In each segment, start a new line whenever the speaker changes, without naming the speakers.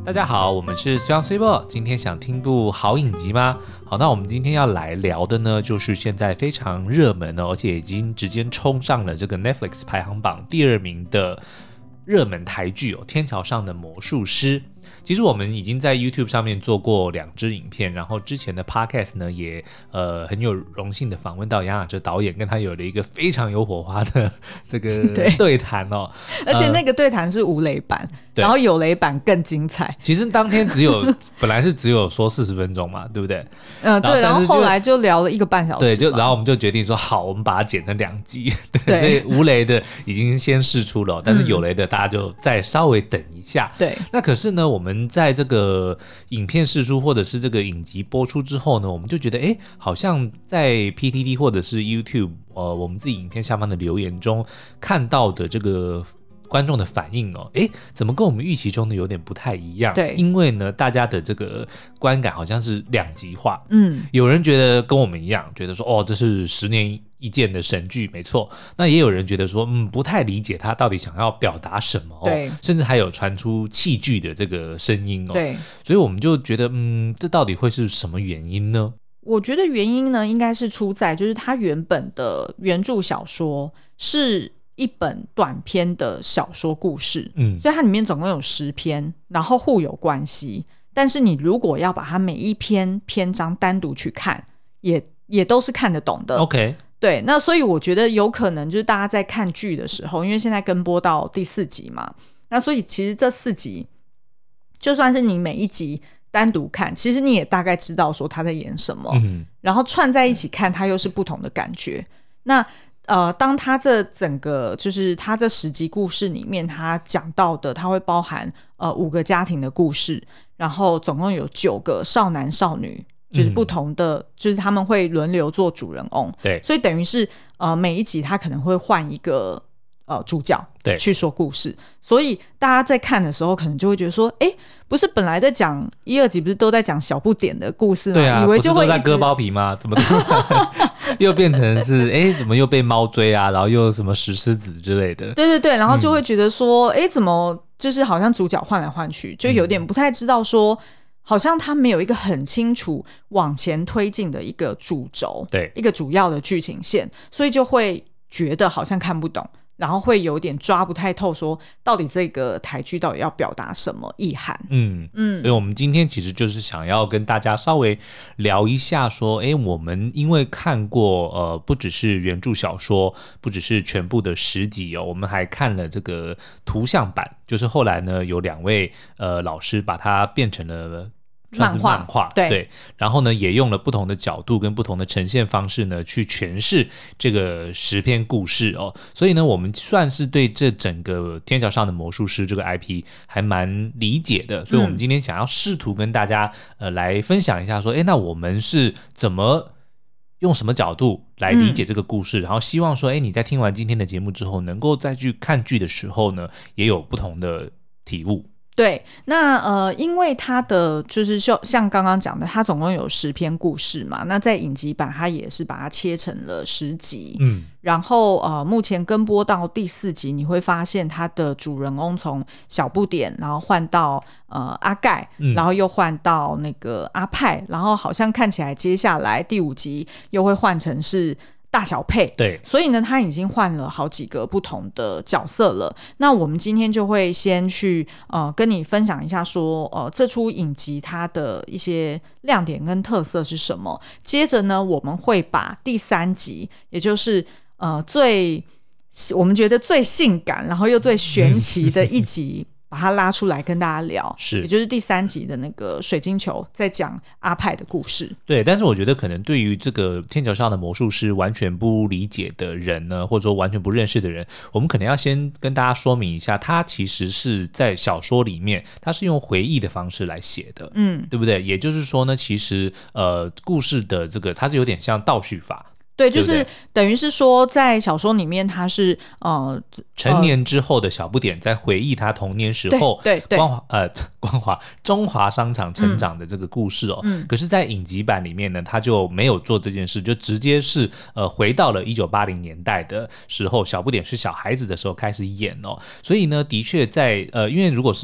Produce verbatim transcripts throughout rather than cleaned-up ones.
大家好，我们是虽阳虽波，今天想听部好影集吗？好，那我们今天要来聊的呢，就是现在非常热门哦，而且已经直接冲上了这个 Netflix 排行榜第二名的热门台剧哦，《天桥上的魔术师》。其实我们已经在 YouTube 上面做过两支影片，然后之前的 Podcast 呢也呃很有荣幸的访问到杨雅哲导演，跟他有了一个非常有火花的这个对谈哦，
而且那个对谈是无雷版、呃，然后有雷版更精彩。
其实当天只有本来是只有说四十分钟嘛，对不对？
嗯、呃，对，然后后来就聊了一个半小时，
对，就然后我们就决定说好，我们把它剪成两集，对，对所以无雷的已经先释出了，但是有雷的大家就再稍微等一下。
对、嗯，
那可是呢，我们在这个影片释出或者是这个影集播出之后呢，我们就觉得，哎，好像在 P T T 或者是 YouTube， 呃，我们自己影片下方的留言中看到的这个观众的反应哦，哎，怎么跟我们预期中的有点不太一样？
对，
因为呢，大家的这个观感好像是两极化。
嗯，有
人觉得跟我们一样，觉得说，哦，这是十年一见的神剧，没错。那也有人觉得说，嗯，不太理解他到底想要表达什么、哦，
对，
甚至还有传出弃剧的这个声音哦。
对，
所以我们就觉得，嗯，这到底会是什么原因呢？
我觉得原因呢，应该是出在就是他原本的原著小说是一本短篇的小说故事，嗯，所以它里面总共有十篇，然后互有关系。但是你如果要把它每一篇篇章单独去看，也也都是看得懂的。
OK，
对，那所以我觉得有可能就是大家在看剧的时候，因为现在跟播到第四集嘛，那所以其实这四集就算是你每一集单独看，其实你也大概知道说他在演什么、嗯、然后串在一起看它又是不同的感觉。那呃，当他这整个就是他这十集故事里面他讲到的，他会包含呃五个家庭的故事，然后总共有九个少男少女，就是不同的、嗯、就是他们会轮流做主人翁。
对，
所以等于是呃每一集他可能会换一个呃主角对去说故事，所以大家在看的时候可能就会觉得说，哎，不是本来在讲一二集不是都在讲小不点的故事吗？
对啊，
以为就会
不是都在割包皮吗？怎么又变成是哎，怎么又被猫追啊？然后又什么石狮子之类的？
对对对，然后就会觉得说，哎、嗯，怎么就是好像主角换来换去，就有点不太知道说。嗯，好像他没有一个很清楚往前推进的一个主轴，
对，
一个主要的剧情线，所以就会觉得好像看不懂，然后会有点抓不太透说到底这个台剧到底要表达什么意涵。
嗯嗯，所以我们今天其实就是想要跟大家稍微聊一下说，哎，我们因为看过呃不只是原著小说，不只是全部的十集哦，我们还看了这个图像版，就是后来呢有两位呃老师把它变成了算是漫画， 对, 对，然后呢也用了不同的角度跟不同的呈现方式呢去诠释这个十篇故事哦，所以呢我们算是对这整个天桥上的魔术师这个 I P 还蛮理解的，所以我们今天想要试图跟大家呃来分享一下说，哎，那我们是怎么用什么角度来理解这个故事、嗯、然后希望说，哎，你在听完今天的节目之后能够再去看剧的时候呢也有不同的体悟。
对，那呃，因为它的就是像刚刚讲的，它总共有十篇故事嘛，那在影集版它也是把它切成了十集，嗯，然后呃，目前跟播到第四集，你会发现它的主人翁从小不点，然后换到呃阿盖、嗯，然后又换到那个阿派，然后好像看起来接下来第五集又会换成是大小配，
对，
所以呢他已经换了好几个不同的角色了。那我们今天就会先去呃跟你分享一下说呃这出影集它的一些亮点跟特色是什么，接着呢我们会把第三集也就是呃最我们觉得最性感然后又最玄奇的一集把它拉出来跟大家聊，
是，
也就是第三集的那个水晶球在讲阿派的故事。
对，但是我觉得可能对于这个天桥上的魔术师完全不理解的人呢，或者说完全不认识的人，我们可能要先跟大家说明一下，他其实是在小说里面他是用回忆的方式来写的，嗯，对不对？也就是说呢，其实呃故事的这个它是有点像倒叙法。
对，就是等于是说在小说里面他是呃
成年之后的小不点在回忆他童年时候
对对
光华呃光华中华商场成长的这个故事哦、嗯、可是在影集版里面呢他就没有做这件事，就直接是呃回到了一九八零年代的时候，小不点是小孩子的时候开始演哦，所以呢的确在呃因为如果是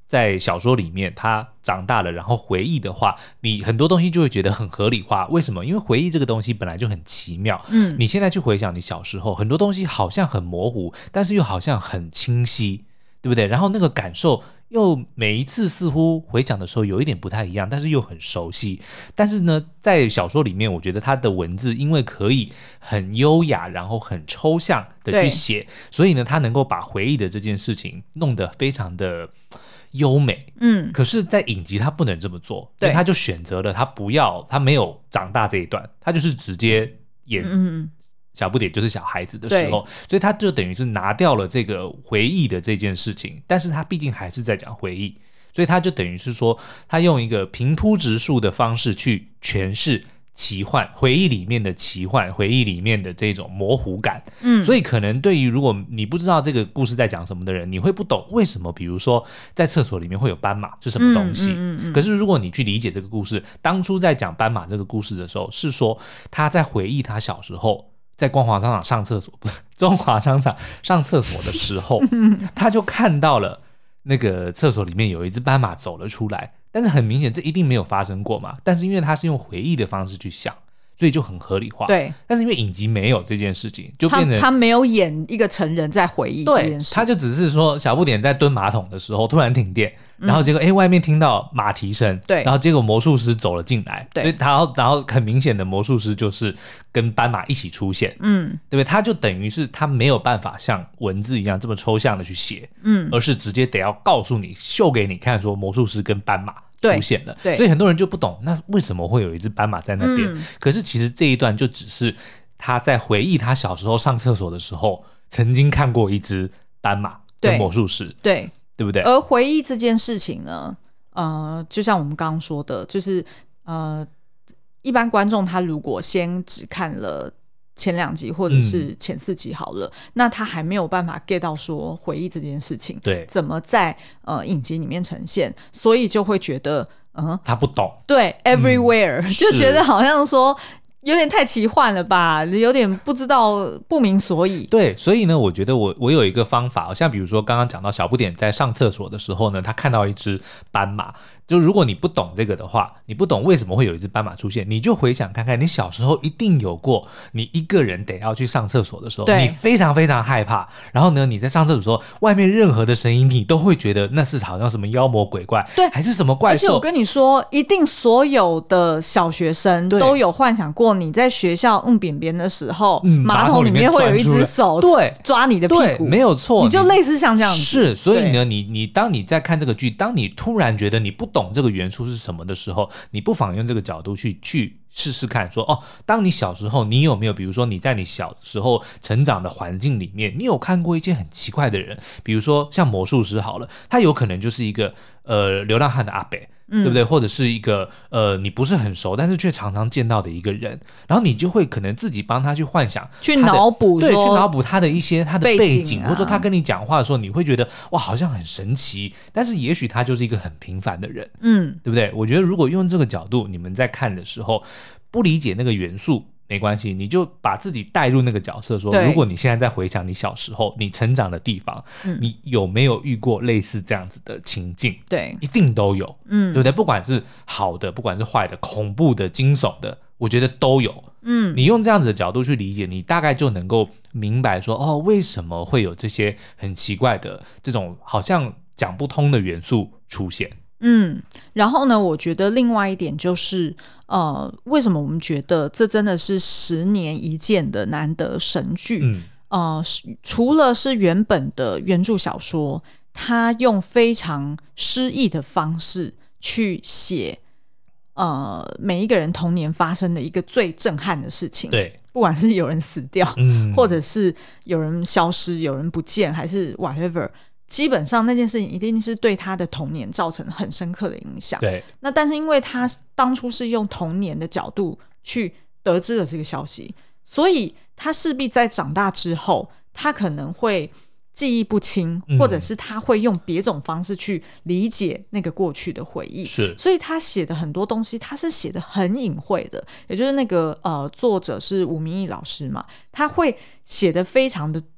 在小说里面他长大了然后回忆的话，你很多东西就会觉得很合理化。为什么？因为回忆这个东西本来就很奇妙，嗯，你现在去回想你小时候很多东西好像很模糊，但是又好像很清晰，对不对？然后那个感受又每一次似乎回想的时候有一点不太一样，但是又很熟悉。但是呢，在小说里面我觉得它的文字因为可以很优雅然后很抽象的去写，所以呢它能够把回忆的这件事情弄得非常的优美。嗯，可是在影集他不能这么做，对，他就选择了他不要，他没有长大这一段，他就是直接演小不点就是小孩子的时候，所以他就等于是拿掉了这个回忆的这件事情，但是他毕竟还是在讲回忆，所以他就等于是说他用一个平铺直述的方式去诠释奇幻，回忆里面的奇幻，回忆里面的这种模糊感。嗯，所以可能对于如果你不知道这个故事在讲什么的人，你会不懂为什么比如说在厕所里面会有斑马是什么东西。嗯嗯嗯嗯，可是如果你去理解这个故事，当初在讲斑马这个故事的时候，是说他在回忆他小时候在光华商场上厕所，不是中华商场上厕所的时候，他就看到了那个厕所里面有一只斑马走了出来，但是很明显这一定没有发生过嘛，但是因为他是用回忆的方式去想，所以就很合理化。对，但是因为影集没有这件事情，就变成 他,
他没有演一个成人在回忆这件事，
对，他就只是说小不点在蹲马桶的时候突然停电，然后结果哎、嗯，外面听到马蹄声，对，然后结果魔术师走了进来，对，所以然后然后很明显的魔术师就是跟斑马一起出现，嗯，对不对？他就等于是他没有办法像文字一样这么抽象的去写，嗯，而是直接得要告诉你秀给你看说魔术师跟斑马出现了，对，所以很多人就不懂那为什么会有一只斑马在那边、嗯、可是其实这一段就只是他在回忆他小时候上厕所的时候曾经看过一只斑马跟魔术师，
对
对不对？
而回忆这件事情呢，呃，就像我们刚刚说的，就是呃，一般观众他如果先只看了前两集或者是前四集好了、嗯、那他还没有办法 get 到说回忆这件事情对怎么在呃影集里面呈现，所以就会觉得嗯
他不懂，
对 everywhere、嗯、就觉得好像说有点太奇幻了吧，有点不知道不明所以。
对，所以呢我觉得我我有一个方法，像比如说刚刚讲到小不点在上厕所的时候呢，他看到一只斑马，就如果你不懂这个的话，你不懂为什么会有一只斑马出现，你就回想看看你小时候一定有过你一个人得要去上厕所的时候，你非常非常害怕，然后呢你在上厕所的时候外面任何的声音你都会觉得那是好像什么妖魔鬼怪，对，还是什么怪兽。
而且我跟你说一定所有的小学生都有幻想过你在学校嗯便便的时候、嗯、马桶里面会有一只手对抓你的屁股，
对，没有错，
你就类似像这样子。
是，所以呢你你当你在看这个剧，当你突然觉得你不懂这个元素是什么的时候，你不妨用这个角度去去试试看说哦，当你小时候你有没有比如说你在你小时候成长的环境里面，你有看过一些很奇怪的人，比如说像魔术师好了，他有可能就是一个呃流浪汉的阿伯，嗯、对不对？或者是一个呃你不是很熟但是却常常见到的一个人，然后你就会可能自己帮他去幻想
去脑补，
对，去脑补他的一些他的背景, 背景、啊、或者说他跟你讲话的时候你会觉得哇好像很神奇，但是也许他就是一个很平凡的人，嗯，对不对？我觉得如果用这个角度你们在看的时候不理解那个元素没关系，你就把自己带入那个角色说，如果你现在在回想你小时候你成长的地方、嗯、你有没有遇过类似这样子的情境，对，一定都有，嗯，对不对？不管是好的不管是坏的恐怖的惊悚的我觉得都有，嗯，你用这样子的角度去理解，你大概就能够明白说哦，为什么会有这些很奇怪的这种好像讲不通的元素出现。
嗯，然后呢我觉得另外一点就是呃，为什么我们觉得这真的是十年一见的难得神剧、嗯、呃，除了是原本的原著小说他用非常诗意的方式去写呃，每一个人童年发生的一个最震撼的事情，对，不管是有人死掉、嗯、或者是有人消失有人不见还是 whatever，基本上那件事情一定是对他的童年造成很深刻的影响。对，那但是因为他当初是用童年的角度去得知了这个消息，所以他势必在长大之后他可能会记忆不清、嗯、或者是他会用别种方式去理解那个过去的回忆，是，所以他写的很多东西他是写的很隐晦的，也就是那个呃作者是吴明益老师嘛，他会写的非常的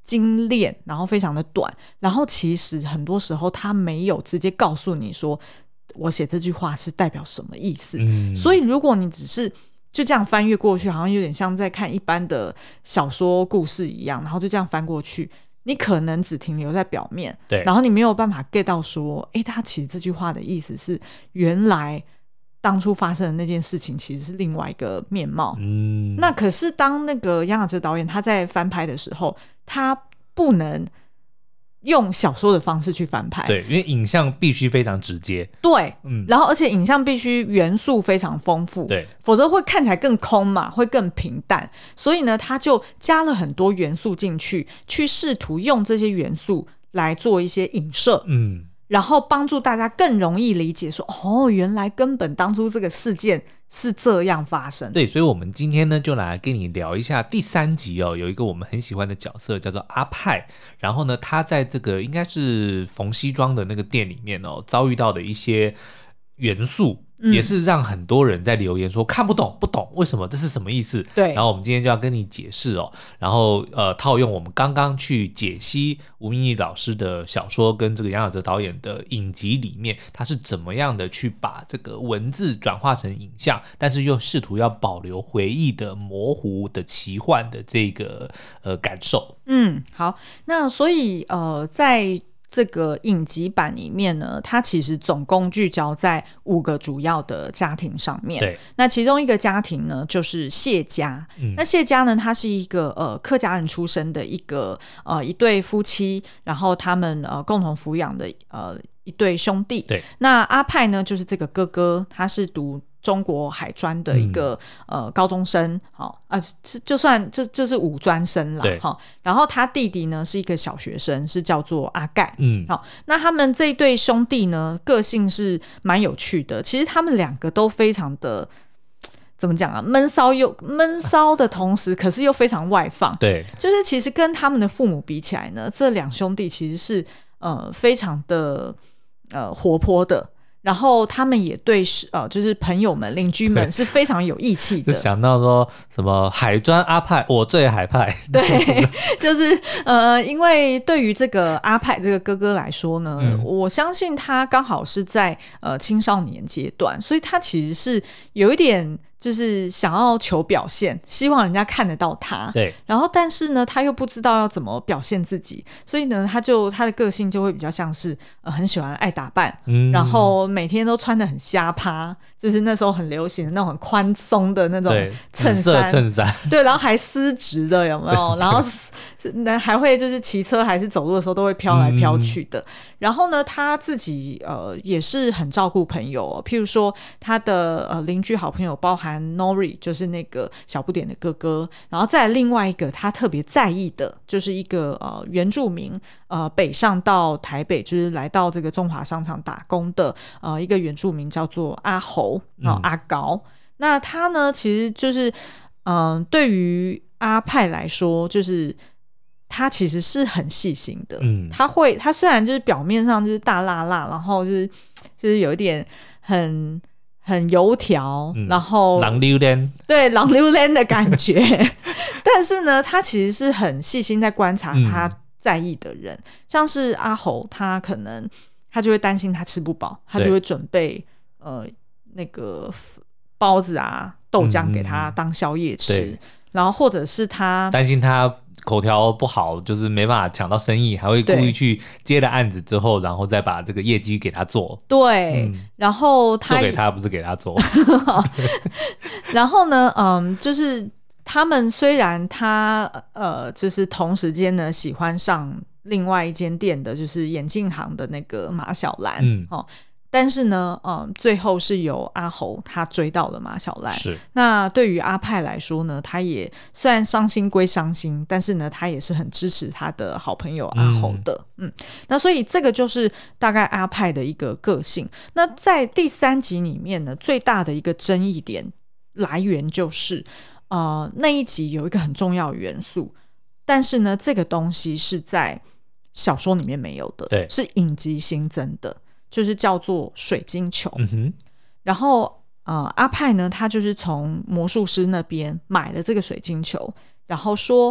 精炼，然后非常的短，然后其实很多时候他没有直接告诉你说我写这句话是代表什么意思、嗯、所以如果你只是就这样翻阅过去，好像有点像在看一般的小说故事一样，然后就这样翻过去，你可能只停留在表面，
对，
然后你没有办法 get 到说诶他其实这句话的意思是原来当初发生的那件事情其实是另外一个面貌、嗯、那可是当那个杨雅哲导演他在翻拍的时候，他不能用小说的方式去翻拍，
对，因为影像必须非常直接，
对、嗯、然后而且影像必须元素非常丰富，
对，
否则会看起来更空嘛，会更平淡，所以呢他就加了很多元素进去，去试图用这些元素来做一些影射，嗯，然后帮助大家更容易理解说哦，原来根本当初这个事件是这样发生。
对，所以我们今天呢就来跟你聊一下第三集哦，有一个我们很喜欢的角色叫做阿派，然后呢他在这个应该是缝西装的那个店里面哦遭遇到的一些元素、嗯、也是让很多人在留言说看不懂不懂为什么这是什么意思，
对，
然后我们今天就要跟你解释哦，然后呃套用我们刚刚去解析吴明益老师的小说跟这个杨雅哲导演的影集里面他是怎么样的去把这个文字转化成影像，但是又试图要保留回忆的模糊的奇幻的这个呃感受。
嗯，好，那所以呃在这个影集版里面呢，它其实总共聚焦在五个主要的家庭上面。
对，
那其中一个家庭呢，就是谢家。嗯、那谢家呢，他是一个呃客家人出身的一个呃一对夫妻，然后他们呃共同抚养的呃一对兄弟。
对，
那阿派呢，就是这个哥哥，他是读中国海专的一个、嗯、呃高中生，好啊，就算这就是五专生啦，好，然后他弟弟呢是一个小学生，是叫做阿盖，嗯，好，那他们这一对兄弟呢，个性是蛮有趣的，其实他们两个都非常的。怎么讲啊？闷骚又闷骚的同时，可是又非常外放。
对，
就是其实跟他们的父母比起来呢，这两兄弟其实是呃非常的呃活泼的。然后他们也对呃，就是朋友们、邻居们是非常有义气的。
就想到说什么海专阿派，我最海派。
对，就是呃，因为对于这个阿派这个哥哥来说呢，嗯、我相信他刚好是在呃青少年阶段，所以他其实是有一点。就是想要求表现，希望人家看得到他，
对，
然后但是呢他又不知道要怎么表现自己，所以呢他就他的个性就会比较像是、呃、很喜欢爱打扮、嗯、然后每天都穿得很瞎趴，就是那时候很流行的那种很宽松的那种衬衫，
衬衫，
对，然后还丝质的有没有，然后还会就是骑车还是走路的时候都会飘来飘去的、嗯、然后呢他自己呃也是很照顾朋友、哦、譬如说他的呃邻居好朋友包含Nori 就是那个小不点的哥哥，然后再来另外一个他特别在意的就是一个呃原住民呃北上到台北，就是来到这个中华商场打工的呃一个原住民叫做阿侯、呃嗯、阿高。那他呢其实就是嗯、呃、对于阿派来说就是他其实是很细心的、嗯、他会他虽然就是表面上就是大辣辣，然后就是就是有一点很很油条、嗯、然后
狼溜连，对，
狼溜连的感觉但是呢他其实是很细心在观察他在意的人、嗯、像是阿侯他可能他就会担心他吃不饱，他就会准备呃那个包子啊豆浆给他当宵夜吃、嗯、然后或者是他
担心他口条不好，就是没办法抢到生意，还会故意去接了案子之后然后再把这个业绩给他做，
对、嗯、然后他
做给他不是给他做
然后呢嗯，就是他们虽然他呃就是同时间呢喜欢上另外一间店的就是眼镜行的那个马小兰、嗯哦但是呢、嗯、最后是由阿侯他追到了马小兰。
是，
那对于阿派来说呢，他也虽然伤心归伤心，但是呢他也是很支持他的好朋友阿侯的。 嗯, 嗯，那所以这个就是大概阿派的一个个性。那在第三集里面呢，最大的一个争议点来源就是呃，那一集有一个很重要的元素，但是呢这个东西是在小说里面没有的，
对，
是影集新增的，就是叫做水晶球、嗯、哼然后呃，阿派呢他就是从魔术师那边买了这个水晶球，然后说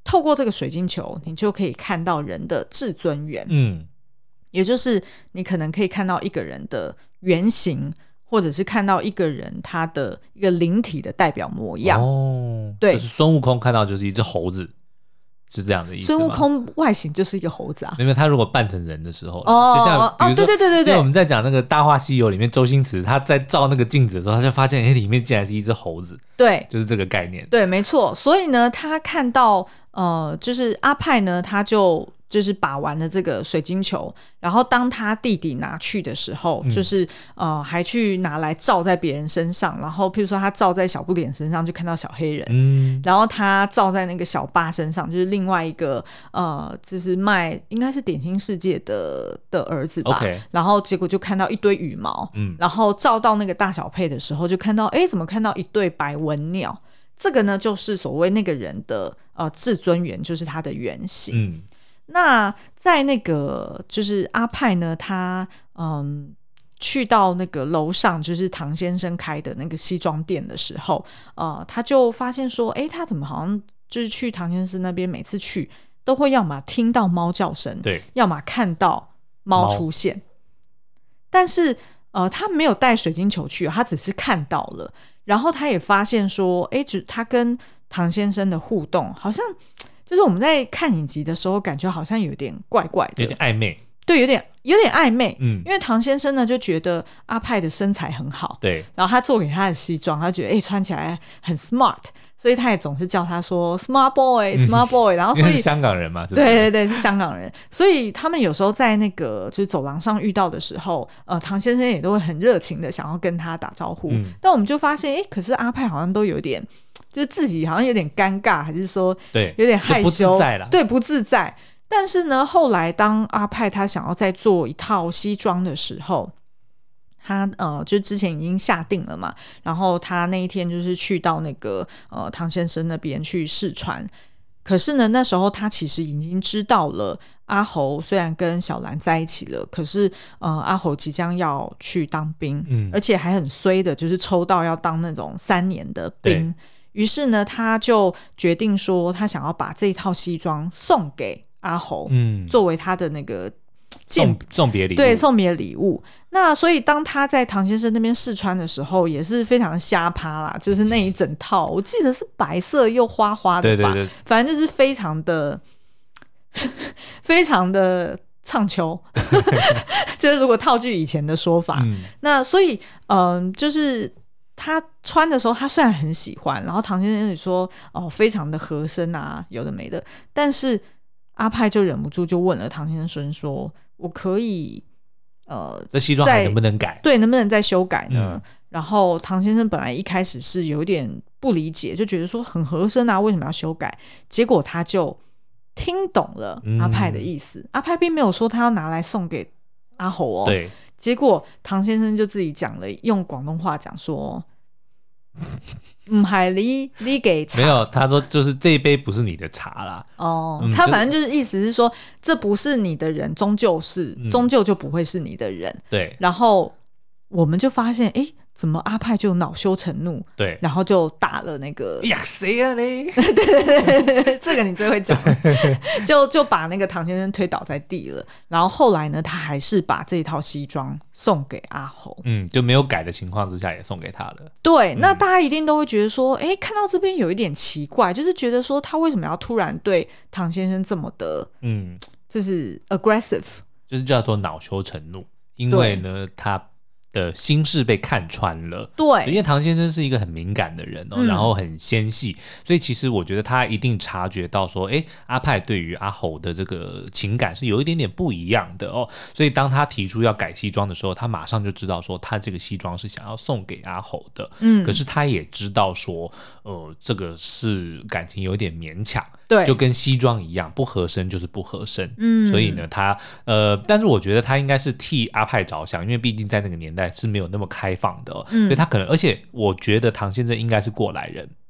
透过这个水晶球，你就可以看到人的至尊元，
嗯，
也就是你可能可以看到一个人的原型，或者是看到一个人他的一个灵体的代表模样。
哦，
对，
就是孙悟空看到就是一只猴子，是这样的意思吗？
孙悟空外形就是一个猴子啊，
因为他如果扮成人的时候，
哦，
就像比如说，
哦，对对对对对，
就我们在讲那个《大话西游》里面，周星驰他在照那个镜子的时候，他就发现，哎，里面竟然是一只猴子，
对，
就是这个概念。
对，没错。所以呢，他看到，呃，就是阿派呢，他就。就是把玩了这个水晶球，然后当他弟弟拿去的时候，嗯、就是呃还去拿来照在别人身上，然后譬如说他照在小不点身上就看到小黑人，嗯，然后他照在那个小八身上，就是另外一个呃就是卖应该是点心世界的的儿子吧，
okay.
然后结果就看到一堆羽毛，嗯，然后照到那个大小配的时候就看到，哎，怎么看到一对白文鸟？这个呢就是所谓那个人的呃至尊元，就是他的原型，嗯。那在那个就是阿派呢，他嗯去到那个楼上，就是唐先生开的那个西装店的时候，呃，他就发现说，哎，他怎么好像就是去唐先生那边，每次去都会要么听到猫叫声，
对，
要么看到猫出现，但是呃，他没有带水晶球去，他只是看到了，然后他也发现说，哎，只他跟唐先生的互动好像。就是我们在看影集的时候，感觉好像有点怪怪的，
有点暧昧，
对，有点有点暧昧。嗯，因为唐先生呢就觉得阿派的身材很好，
对，
然后他做给他的西装，他觉得哎、欸、穿起来很 smart， 所以他也总是叫他说 smart boy，smart boy，、嗯、然后所以
是香港人嘛，
对对对，是香港人，所以他们有时候在那个就是走廊上遇到的时候，呃，唐先生也都会很热情的想要跟他打招呼，嗯、但我们就发现，哎，可是阿派好像都有点。就是自己好像有点尴尬，还是说有点害羞，
不自在啦，
对，不自在。但是呢，后来当阿派他想要再做一套西装的时候，他呃，就之前已经下定了嘛，然后他那一天就是去到那个呃唐先生那边去试穿。可是呢，那时候他其实已经知道了阿猴虽然跟小兰在一起了，可是呃阿猴即将要去当兵，嗯，而且还很衰的，就是抽到要当那种三年的兵。于是呢，他就决定说，他想要把这一套西装送给阿猴，嗯，作为他的那个
送送别礼物，
对，送别礼物。那所以当他在唐先生那边试穿的时候，也是非常瞎趴啦，就是那一整套，我记得是白色又花花的吧，对对对，反正就是非常的非常的唱秋，就是如果套句以前的说法，嗯、那所以嗯、呃，就是。他穿的时候他虽然很喜欢，然后唐先生也说哦非常的合身啊，有的没的，但是阿派就忍不住就问了唐先生说，我可以呃
这西装还能不能改，
对，能不能再修改呢、嗯、然后唐先生本来一开始是有点不理解，就觉得说很合身啊，为什么要修改，结果他就听懂了阿派的意思、嗯、阿派并没有说他要拿来送给阿猴哦，
对，
结果唐先生就自己讲了，用广东话讲说不是你你给茶，
没有，他说就是这一杯不是你的茶啦。
哦、嗯，他反正就是意思是说，这不是你的人，终究是、嗯、终究就不会是你的人。
对，
然后我们就发现，哎，怎么阿派就恼羞成怒？
对，
然后就打了那个，
哎呀，谁啊你？
对对对对，这个你最会讲，就就把那个唐先生推倒在地了。然后后来呢，他还是把这一套西装送给阿猴，
嗯，就没有改的情况之下也送给他了。
对，那大家一定都会觉得说，哎、嗯，看到这边有一点奇怪，就是觉得说他为什么要突然对唐先生这么的，嗯，就是 aggressive，
就是叫做恼羞成怒，因为呢他的心事被看穿了，
对，
因为唐先生是一个很敏感的人哦，嗯、然后很纤细，所以其实我觉得他一定察觉到说，哎，阿派对于阿猴的这个情感是有一点点不一样的哦，所以当他提出要改西装的时候，他马上就知道说他这个西装是想要送给阿猴的，嗯，可是他也知道说，呃，这个是感情有点勉强，
对，
就跟西装一样，不合身就是不合身，嗯，所以呢，他呃，但是我觉得他应该是替阿派着想，因为毕竟在那个年代是没有那么开放的、哦嗯、所以他可能，而且我觉得唐先生应该是过来人，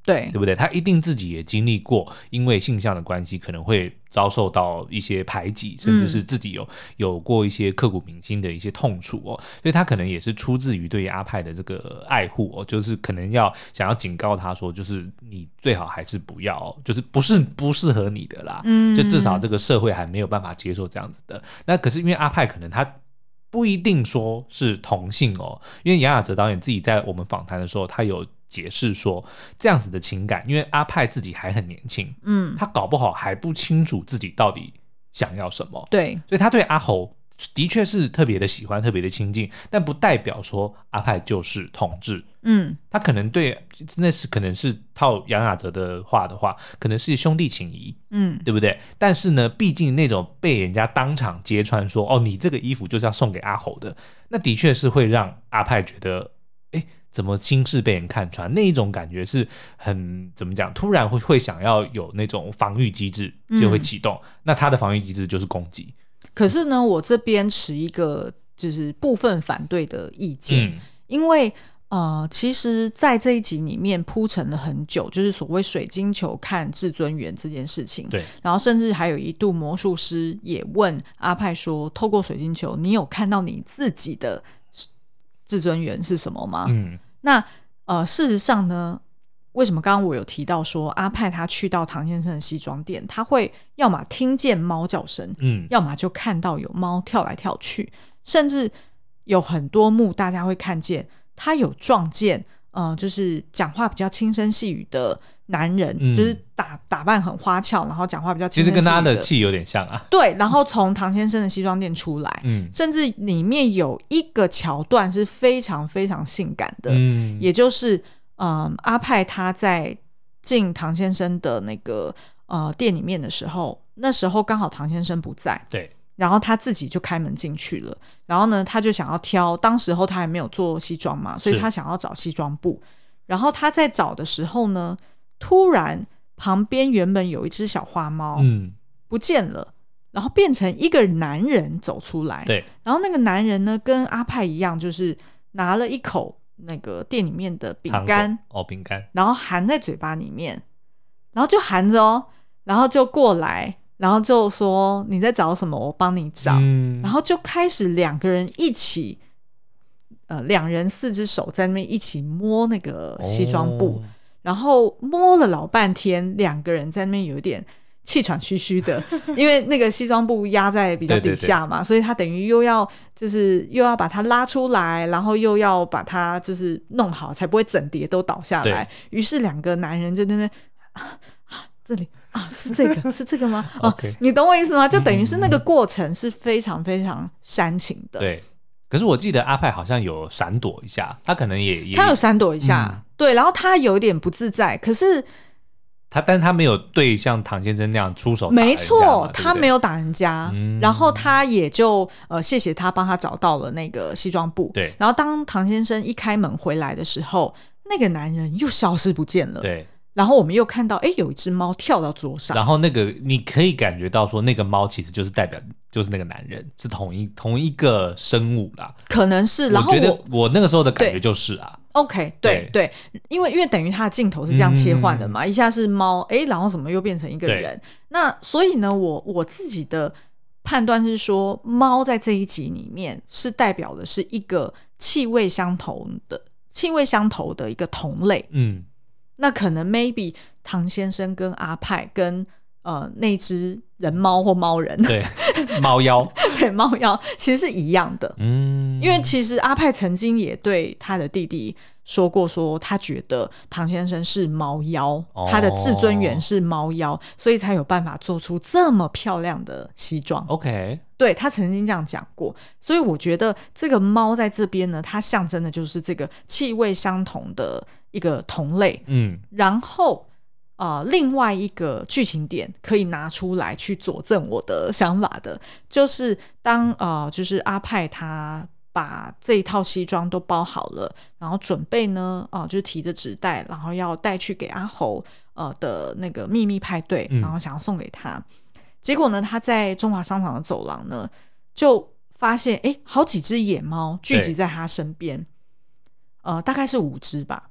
对
对不对？他一定自己也经历过，因为性向的关系，可能会遭受到一些排挤，甚至是自己有、嗯、有过一些刻骨铭心的一些痛楚哦，所以他可能也是出自于对于阿派的这个爱护哦，就是可能要想要警告他说，就是你最好还是不要、哦，就是不是不适合你的啦，嗯，就至少这个社会还没有办法接受这样子的。那可是因为阿派可能他不一定说是同性哦，因为杨雅哲导演自己在我们访谈的时候，他有解释说，这样子的情感，因为阿派自己还很年轻，嗯，他搞不好还不清楚自己到底想要什么，
对，
所以他对阿侯的确是特别的喜欢，特别的亲近，但不代表说阿派就是同志，嗯，他可能对那是可能是套杨雅哲的话的话，可能是兄弟情谊，嗯，对不对？但是呢，毕竟那种被人家当场揭穿说，哦，你这个衣服就是要送给阿侯的，那的确是会让阿派觉得，哎，怎么心事被人看穿？那一种感觉是很怎么讲？突然会会想要有那种防御机制就会启动，嗯、那他的防御机制就是攻击。
可是呢，我这边持一个就是部分反对的意见，嗯、因为呃，其实在这一集里面铺陈了很久，就是所谓水晶球看至尊元这件事情。
对，
然后甚至还有一度魔术师也问阿派说，透过水晶球，你有看到你自己的至尊元是什么吗？嗯，那呃，事实上呢，为什么刚刚我有提到说阿派他去到唐先生的西装店，他会要么听见猫叫声，嗯，要么就看到有猫跳来跳去，甚至有很多幕大家会看见他有撞见呃，就是讲话比较轻声细语的男人，嗯、就是打打扮很花俏，然后讲话比较轻声细语的，
其实跟他的气有点像啊。
对，然后从唐先生的西装店出来，嗯，甚至里面有一个桥段是非常非常性感的，嗯，也就是嗯，阿派他在进唐先生的那个呃店里面的时候，那时候刚好唐先生不在，
对，
然后他自己就开门进去了，然后呢他就想要挑，当时候他还没有做西装嘛，所以他想要找西装布，然后他在找的时候呢，突然旁边原本有一只小花猫，嗯，不见了，然后变成一个男人走出来，
对，
然后那个男人呢跟阿派一样，就是拿了一口那个店里面的饼干，
哦，饼干，
然后含在嘴巴里面，然后就含着哦，然后就过来，然后就说你在找什么，我帮你找，嗯、然后就开始两个人一起，呃，两人四只手在那边一起摸那个西装布，哦、然后摸了老半天，两个人在那边有点气喘吁吁的，因为那个西装布压在比较底下嘛，对对对，所以他等于又要就是又要把它拉出来，然后又要把它就是弄好，才不会整叠都倒下来。于是两个男人就在那边、啊啊、这里啊是这个是这个吗？哦、okay. 你懂我意思吗？就等于是那个过程是非常非常煽情的。
对。可是我记得阿派好像有闪躲一下，他可能也也
他有闪躲一下、嗯，对，然后他有点不自在，可是
他，但是他没有对像唐先生那样出手打
人家，没错，他没有打人家，嗯、然后他也就呃谢谢他帮他找到了那个西装布，
对，
然后当唐先生一开门回来的时候，那个男人又消失不见了，
对。
然后我们又看到，哎，有一只猫跳到桌上，
然后那个你可以感觉到说，那个猫其实就是代表就是那个男人，是同一同一个生物啦，
可能是。然后我
觉得我那个时候的感觉就是啊
，OK， 对 对, 对，因为因为等于他的镜头是这样切换的嘛，嗯、一下是猫，哎，然后怎么又变成一个人？那所以呢，我我自己的判断是说，猫在这一集里面是代表的是一个气味相投的气味相投的一个同类，嗯。那可能 maybe 唐先生跟阿派跟呃那只人猫或猫人，
对，猫妖
对，猫妖其实是一样的，嗯，因为其实阿派曾经也对他的弟弟说过，说他觉得唐先生是猫妖，哦、他的至尊元是猫妖，所以才有办法做出这么漂亮的西装。
OK，
对，他曾经这样讲过，所以我觉得这个猫在这边呢，它象征的就是这个气味相同的一个同类，嗯，然后呃，另外一个剧情点可以拿出来去佐证我的想法的，就是当呃，就是阿派他把这一套西装都包好了，然后准备呢，呃，就是提着纸袋，然后要带去给阿侯呃的那个秘密派对，然后想要送给他。嗯、结果呢，他在中华商场的走廊呢，就发现哎，好几只野猫聚集在他身边，呃，大概是五只吧。
对。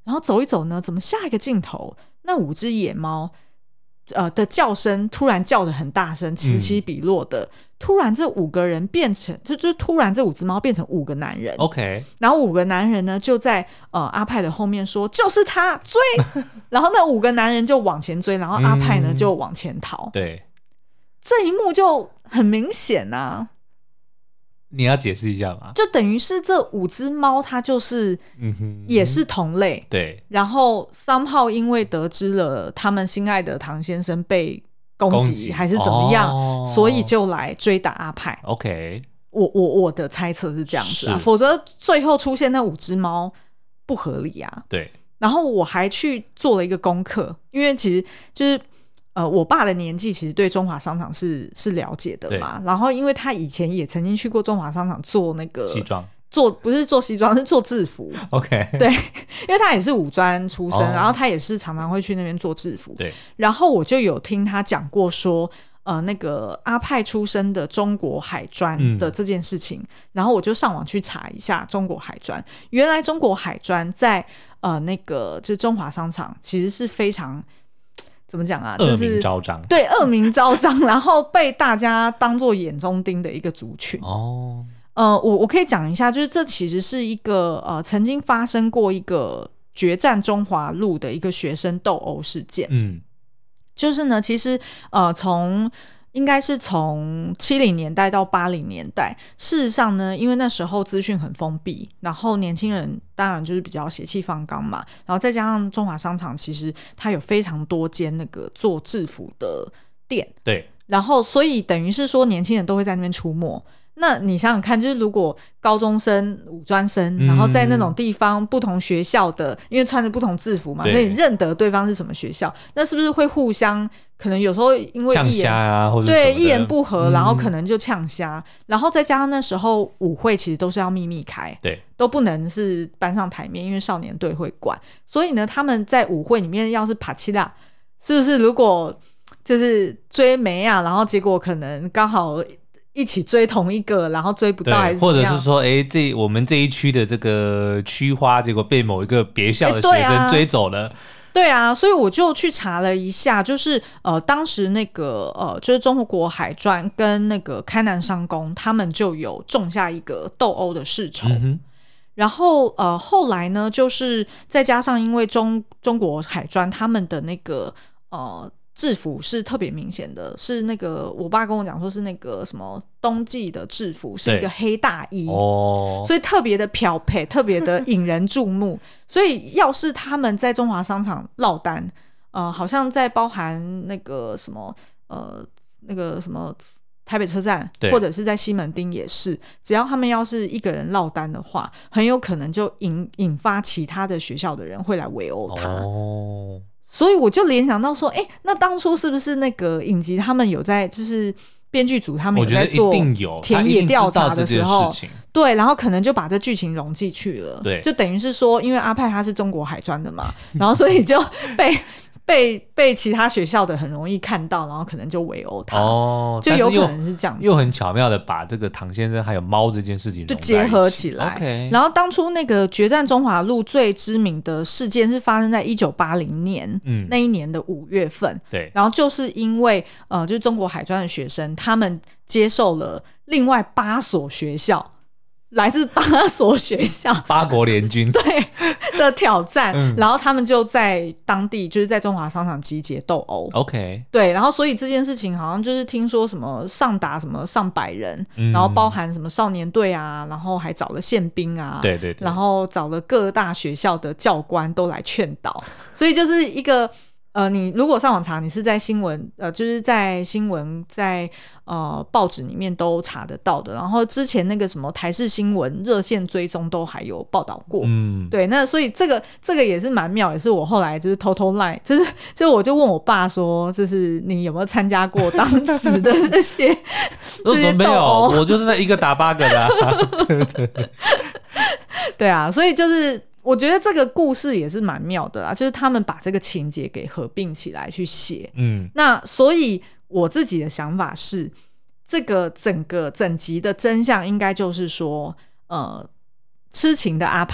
然后走一走呢，怎么下一个镜头那五只野猫呃的叫声突然叫得很大声，此起彼落的、嗯、突然这五个人变成就就突然这五只猫变成五个男人
OK，
然后五个男人呢就在呃阿派的后面说就是他追然后那五个男人就往前追，然后阿派呢、嗯、就往前逃。
对，
这一幕就很明显啊，
你要解释一下吗？
就等于是这五只猫它就是也是同类、
嗯、对，
然后 somehow 因为得知了他们心爱的唐先生被攻击还是怎么样、哦、所以就来追打阿派。
OK，
我我我的猜测是这样子啊，否则最后出现那五只猫不合理啊。
对，
然后我还去做了一个功课，因为其实就是呃，我爸的年纪其实对中华商场是是了解的嘛，然后因为他以前也曾经去过中华商场做那个
西装，
做不是做西装是做制服。
OK，
对，因为他也是五专出身、哦、然后他也是常常会去那边做制服。
对，
然后我就有听他讲过说呃，那个阿派出身的中国海专的这件事情、嗯、然后我就上网去查一下中国海专，原来中国海专在呃那个就是中华商场其实是非常怎么讲啊，就是
恶名昭彰，
对，恶名昭彰然后被大家当作眼中钉的一个族群。
哦，
呃，我我可以讲一下，就是这其实是一个呃曾经发生过一个决战中华路的一个学生斗殴事件。嗯，就是呢，其实呃从应该是从七零年代到八零年代，事实上呢，因为那时候资讯很封闭，然后年轻人当然就是比较血气方刚嘛，然后再加上中华商场其实它有非常多间那个做制服的店，
对，
然后所以等于是说年轻人都会在那边出没。那你想想看，就是如果高中生、五专生、嗯、然后在那种地方不同学校的，因为穿着不同制服嘛，所以你认得对方是什么学校，那是不是会互相可能有时候因为
呛虾啊，或者
对一言不合、嗯、然后可能就呛虾，然后再加上那时候舞会其实都是要秘密开，
对，
都不能是搬上台面，因为少年队会管，所以呢他们在舞会里面要是帕奇拉，是不是如果就是追梅啊，然后结果可能刚好一起追同一个，然后追不到还是怎么样，
或者是说哎，这我们这一区的这个区花结果被某一个别校的学生追走了。
对啊，所以我就去查了一下，就是呃，当时那个呃，就是中国海专跟那个开南商工，他们就有种下一个斗殴的世仇。嗯、然后呃，后来呢，就是再加上因为中中国海专他们的那个呃制服是特别明显的，是那个我爸跟我讲说是那个什么冬季的制服是一个黑大衣、哦、所以特别的漂配，特别的引人注目所以要是他们在中华商场落单呃，好像在包含那个什么呃那个什么台北车站或者是在西门町也是，只要他们要是一个人落单的话，很有可能就 引, 引发其他的学校的人会来围殴他哦，所以我就联想到说，哎，那当初是不是那个影集他们有在，就是编剧组他们有在做田野调查的时候，对，然后可能就把这剧情融进去了，对，就等于是说，因为阿派他是中国海专的嘛，然后所以就被被被其他学校的很容易看到，然后可能就围殴他，哦，就有可能是这样子，
又很巧妙的把这个唐先生还有猫这件事情
就结合起来。Okay. 然后当初那个决战中华路最知名的事件是发生在一九八零年、嗯、那一年的五月份，
对，
然后就是因为呃，就是中国海专的学生，他们接受了另外八所学校。来自八所学校
八国联军
对的挑战、嗯、然后他们就在当地就是在中华商场集结斗殴
OK
对，然后所以这件事情好像就是听说什么上达什么上百人、嗯、然后包含什么少年队啊，然后还找了宪兵啊，
对对对，
然后找了各大学校的教官都来劝导，所以就是一个呃，你如果上网查，你是在新闻呃，就是在新闻在呃报纸里面都查得到的。然后之前那个什么台视新闻热线追踪都还有报道过，嗯，对。那所以这个这个也是蛮妙，也是我后来就是偷偷赖，就是就我就问我爸说，就是你有没有参加过当时的这些？
我说没有，我就是那一个打八个的、啊。对对对，
对啊，所以就是。我觉得这个故事也是蛮妙的啦，就是他们把这个情节给合并起来去写。嗯，那所以我自己的想法是，这个整个整集的真相应该就是说，呃，痴情的阿派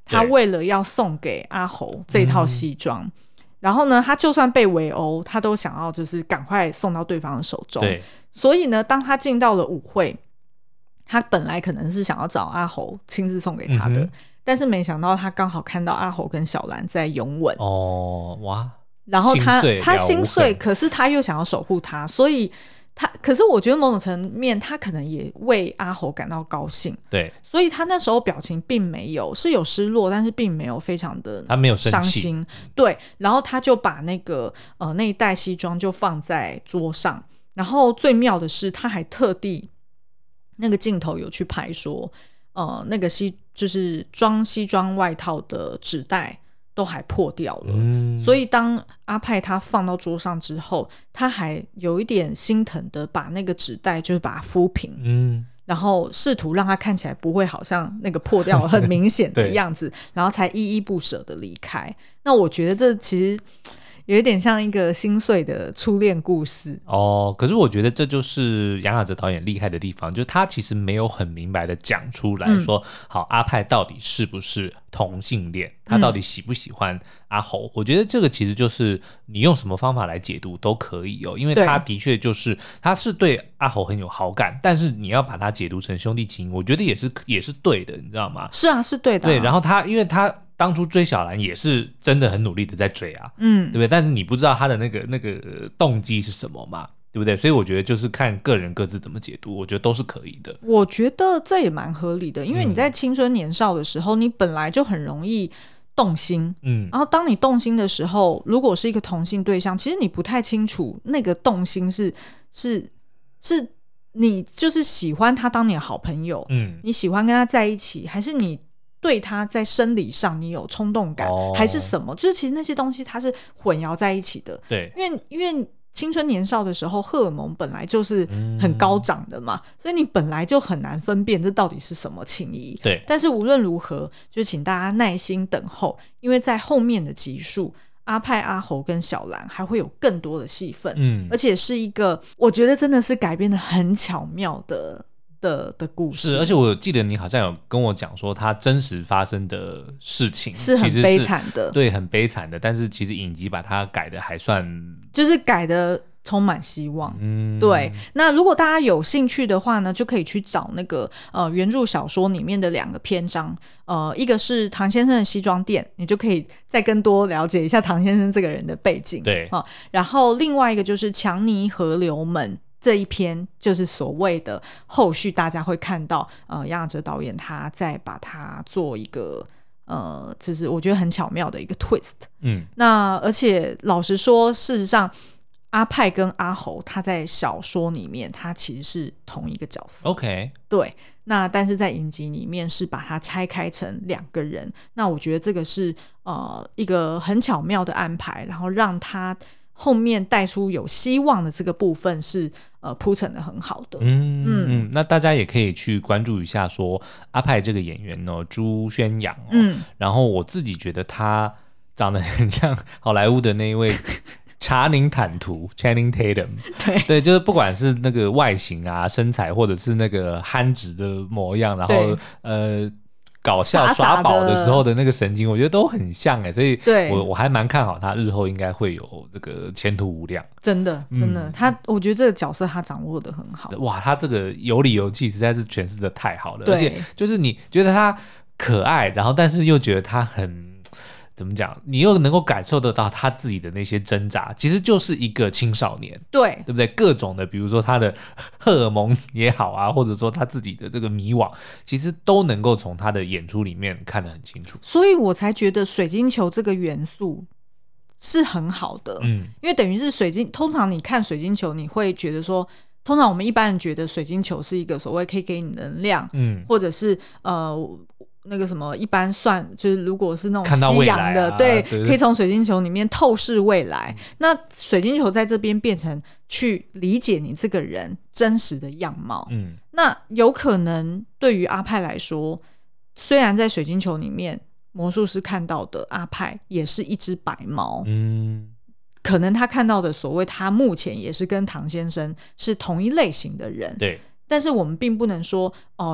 他为了要送给阿猴这套西装、嗯、然后呢他就算被围殴他都想要就是赶快送到对方的手中。
对，
所以呢当他进到了舞会，他本来可能是想要找阿猴亲自送给他的、嗯、但是没想到他刚好看到阿猴跟小兰在拥吻。
哦，哇，
然后他他心碎，可是他又想要守护他，所以他可是我觉得某种层面他可能也为阿猴感到高兴。
对，
所以他那时候表情并没有是有失落，但是并没有非常的
他没有伤
心。对，然后他就把那个呃那一袋西装就放在桌上，然后最妙的是他还特地那个镜头有去拍说呃那个西就是装西装外套的纸袋都还破掉了、嗯、所以当阿派他放到桌上之后，他还有一点心疼的把那个纸袋就是把它敷平、嗯、然后试图让它看起来不会好像那个破掉很明显的样子然后才依依不舍的离开。那我觉得这其实有一点像一个心碎的初恋故事
哦。可是我觉得这就是杨雅哲导演厉害的地方，就是他其实没有很明白的讲出来说、嗯、好阿派到底是不是同性恋，他到底喜不喜欢阿猴、嗯、我觉得这个其实就是你用什么方法来解读都可以哦，因为他的确就是他是对阿猴很有好感，但是你要把它解读成兄弟情，我觉得也是也是对的，你知道吗？
是啊，是对的、啊、
对，然后他因为他当初追小兰也是真的很努力的在追啊，嗯，对不对？但是你不知道他的那个那个动机是什么嘛，对不对？所以我觉得就是看个人各自怎么解读，我觉得都是可以的。
我觉得这也蛮合理的，因为你在青春年少的时候、嗯、你本来就很容易动心，嗯，然后当你动心的时候，如果是一个同性对象，其实你不太清楚那个动心是是是你就是喜欢他当你的好朋友，嗯，你喜欢跟他在一起，还是你对他在生理上你有冲动感、哦、还是什么，就是其实那些东西它是混淆在一起的。
对，
因为因为青春年少的时候荷尔蒙本来就是很高涨的嘛、嗯、所以你本来就很难分辨这到底是什么情谊。
对，
但是无论如何就请大家耐心等候，因为在后面的集数阿派、阿猴跟小兰还会有更多的戏份，嗯，而且是一个我觉得真的是改编的很巧妙的的, 的故事。
是，而且我记得你好像有跟我讲说他真实发生的事情
是很悲惨的，
对，很悲惨的，但是其实影集把它改的还算
就是改的充满希望、嗯、对。那如果大家有兴趣的话呢，就可以去找那个呃原著小说里面的两个篇章，呃一个是唐先生的西装店，你就可以再更多了解一下唐先生这个人的背景，
对、
呃、然后另外一个就是强尼河流门这一篇，就是所谓的后续大家会看到呃杨雅哲导演他再把它做一个呃就是我觉得很巧妙的一个 twist。 嗯，那而且老实说事实上阿派跟阿猴他在小说里面他其实是同一个角色
OK，
对，那但是在影集里面是把它拆开成两个人，那我觉得这个是呃一个很巧妙的安排，然后让他后面带出有希望的这个部分是呃铺陈的很好的。
嗯 嗯, 嗯，那大家也可以去关注一下说阿派这个演员哦，朱宣阳哦、嗯，然后我自己觉得他长得很像好莱坞的那一位查宁坦图 Channing Tatum，
对
对，就是不管是那个外形啊、身材，或者是那个憨直的模样，然后呃。搞笑耍宝的时候的那个神经，我觉得都很像哎，所以我我还蛮看好他日后应该会有这个前途无量，
真的真的，嗯、他我觉得这个角色他掌握的很好，
哇，他这个有理有气，实在是诠释的太好了，而且就是你觉得他可爱，然后但是又觉得他很。怎么讲？你又能够感受得到他自己的那些挣扎，其实就是一个青少年，
对
对不对？各种的，比如说他的荷尔蒙也好啊，或者说他自己的这个迷惘，其实都能够从他的演出里面看得很清楚。
所以我才觉得水晶球这个元素是很好的，嗯，因为等于是水晶，通常你看水晶球，你会觉得说。通常我们一般人觉得水晶球是一个所谓可以给你能量，嗯，或者是呃那个什么一般算就是如果是那种西洋的、啊、对, 对, 对，可以从水晶球里面透视未来、嗯、那水晶球在这边变成去理解你这个人真实的样貌，嗯，那有可能对于阿派来说，虽然在水晶球里面魔术师看到的阿派也是一只白猫，嗯，可能他看到的所谓他目前也是跟唐先生是同一类型的人，
对，
但是我们并不能说哦，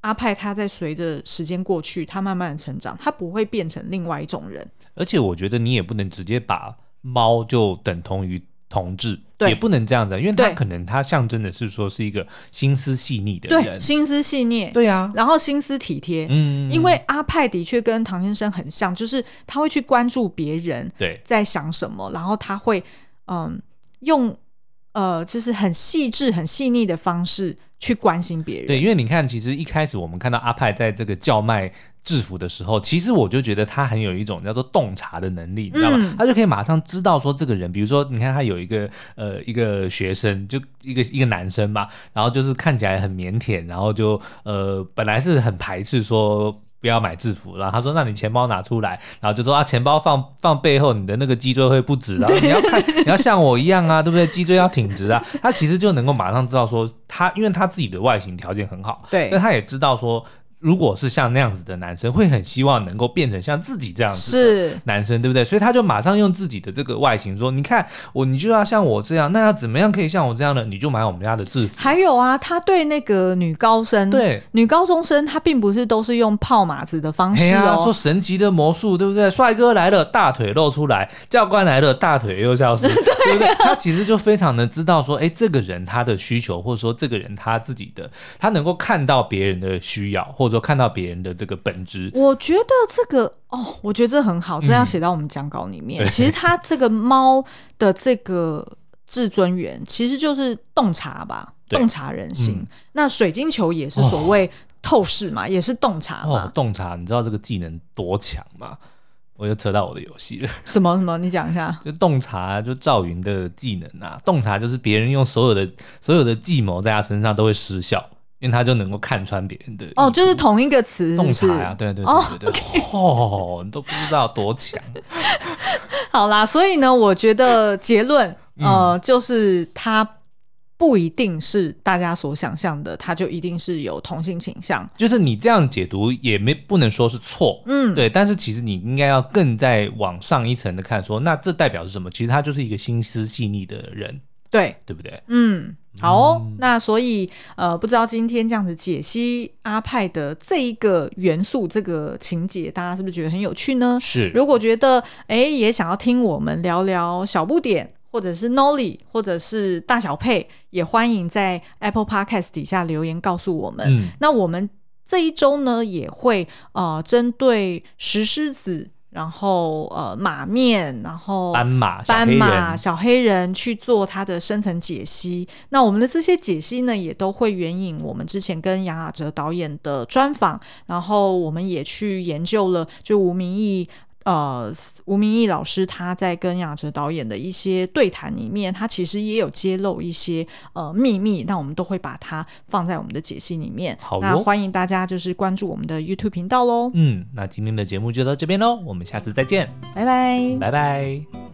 阿派他在随着时间过去，他慢慢的成长，他不会变成另外一种人。
而且我觉得你也不能直接把猫就等同于同志，也不能这样子，因为他可能他象征的是说是一个心思细腻的人，
对，心思细腻，
对啊，
然后心思体贴，嗯，因为阿派的确跟唐先生很像，就是他会去关注别人在想什么，然后他会嗯用呃就是很细致很细腻的方式去关心别人。
对，因为你看其实一开始我们看到阿派在这个叫卖制服的时候，其实我就觉得他很有一种叫做洞察的能力，你知道吗？嗯、他就可以马上知道说这个人，比如说你看他有一个呃一个学生，就一个一个男生嘛，然后就是看起来很腼腆，然后就呃本来是很排斥说不要买制服，然后他说那你钱包拿出来，然后就说啊钱包放放背后，你的那个脊椎会不直，然后你要看你要像我一样啊，对不对？脊椎要挺直啊。他其实就能够马上知道说他，因为他自己的外形条件很好，
对，
但他也知道说。如果是像那样子的男生，会很希望能够变成像自己这样子的男生，对不对？所以他就马上用自己的这个外形说：“你看我，你就要像我这样，那要怎么样可以像我这样呢？你就买我们家的制服。”
还有啊，他对那个女高生、
对
女高中生，他并不是都是用泡马子的方式哦，
啊、说神奇的魔术，对不对？帅哥来了，大腿露出来；教官来了，大腿又消失，对, 对不对？他其实就非常的知道说，哎，这个人他的需求，或者说这个人他自己的，他能够看到别人的需要，或者说看到别人的这个本质。
我觉得这个哦，我觉得这很好，这要写到我们讲稿里面。嗯、其实他这个猫的这个至尊元，其实就是洞察吧，洞察人心。嗯、那水晶球也是所谓透视嘛，哦、也是洞察嘛。
哦，洞察，你知道这个技能多强吗？我又扯到我的游戏了。
什么什么？你讲一下。
就洞察，就赵云的技能啊。洞察就是别人用所有的所有的计谋在他身上都会失效。因为他就能够看穿别人的
哦，就是同一个词是不是？
洞察呀、啊，对对对对对，哦， okay、哦，你都不知道多强。
好啦，所以呢，我觉得结论呃、嗯，就是他不一定是大家所想象的，他就一定是有同性倾向。
就是你这样解读也没不能说是错，嗯，对。但是其实你应该要更再往上一层的看说，那这代表是什么？其实他就是一个心思细腻的人，
对，
对不对？
嗯。好哦，嗯、那所以呃，不知道今天这样子解析阿派的这一个元素、这个情节，大家是不是觉得很有趣呢？
是。
如果觉得哎也想要听我们聊聊小不点，或者是 Nolly， 或者是大小配，也欢迎在 Apple Podcast 底下留言告诉我们。嗯、那我们这一周呢，也会呃针对石狮子。然后呃马面，然后
斑马、
斑马、小黑人去做它的深层解析。那我们的这些解析呢，也都会援引我们之前跟杨雅哲导演的专访，然后我们也去研究了，就吴明益。呃，吴明益老师他在跟杨雅哲导演的一些对谈里面，他其实也有揭露一些呃秘密，那我们都会把它放在我们的解析里面。
好，
那欢迎大家就是关注我们的 YouTube 频道咯。
嗯，那今天的节目就到这边咯，我们下次再见，
拜拜，
拜拜。